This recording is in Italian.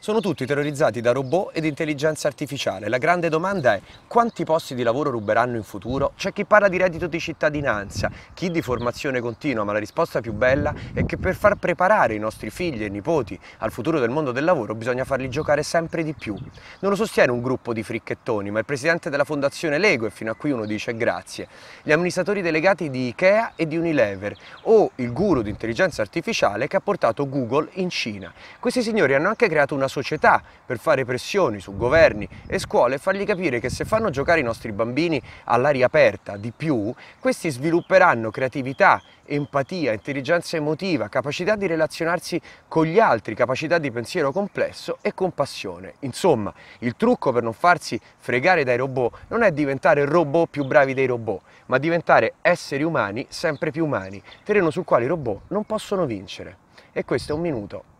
Sono tutti terrorizzati da robot ed intelligenza artificiale. La grande domanda è: quanti posti di lavoro ruberanno in futuro? C'è chi parla di reddito di cittadinanza, chi di formazione continua, ma la risposta più bella è che per far preparare i nostri figli e nipoti al futuro del mondo del lavoro bisogna farli giocare sempre di più. Non lo sostiene un gruppo di fricchettoni, ma il presidente della fondazione Lego, e fino a qui uno dice grazie, gli amministratori delegati di Ikea e di Unilever, o il guru di intelligenza artificiale che ha portato Google in Cina. Questi signori hanno anche creato una società per fare pressioni su governi e scuole e fargli capire che se fanno giocare i nostri bambini all'aria aperta di più, questi svilupperanno creatività, empatia, intelligenza emotiva, capacità di relazionarsi con gli altri, capacità di pensiero complesso e compassione. Insomma, il trucco per non farsi fregare dai robot non è diventare robot più bravi dei robot, ma diventare esseri umani sempre più umani, terreno sul quale i robot non possono vincere. E questo è Un Minuto.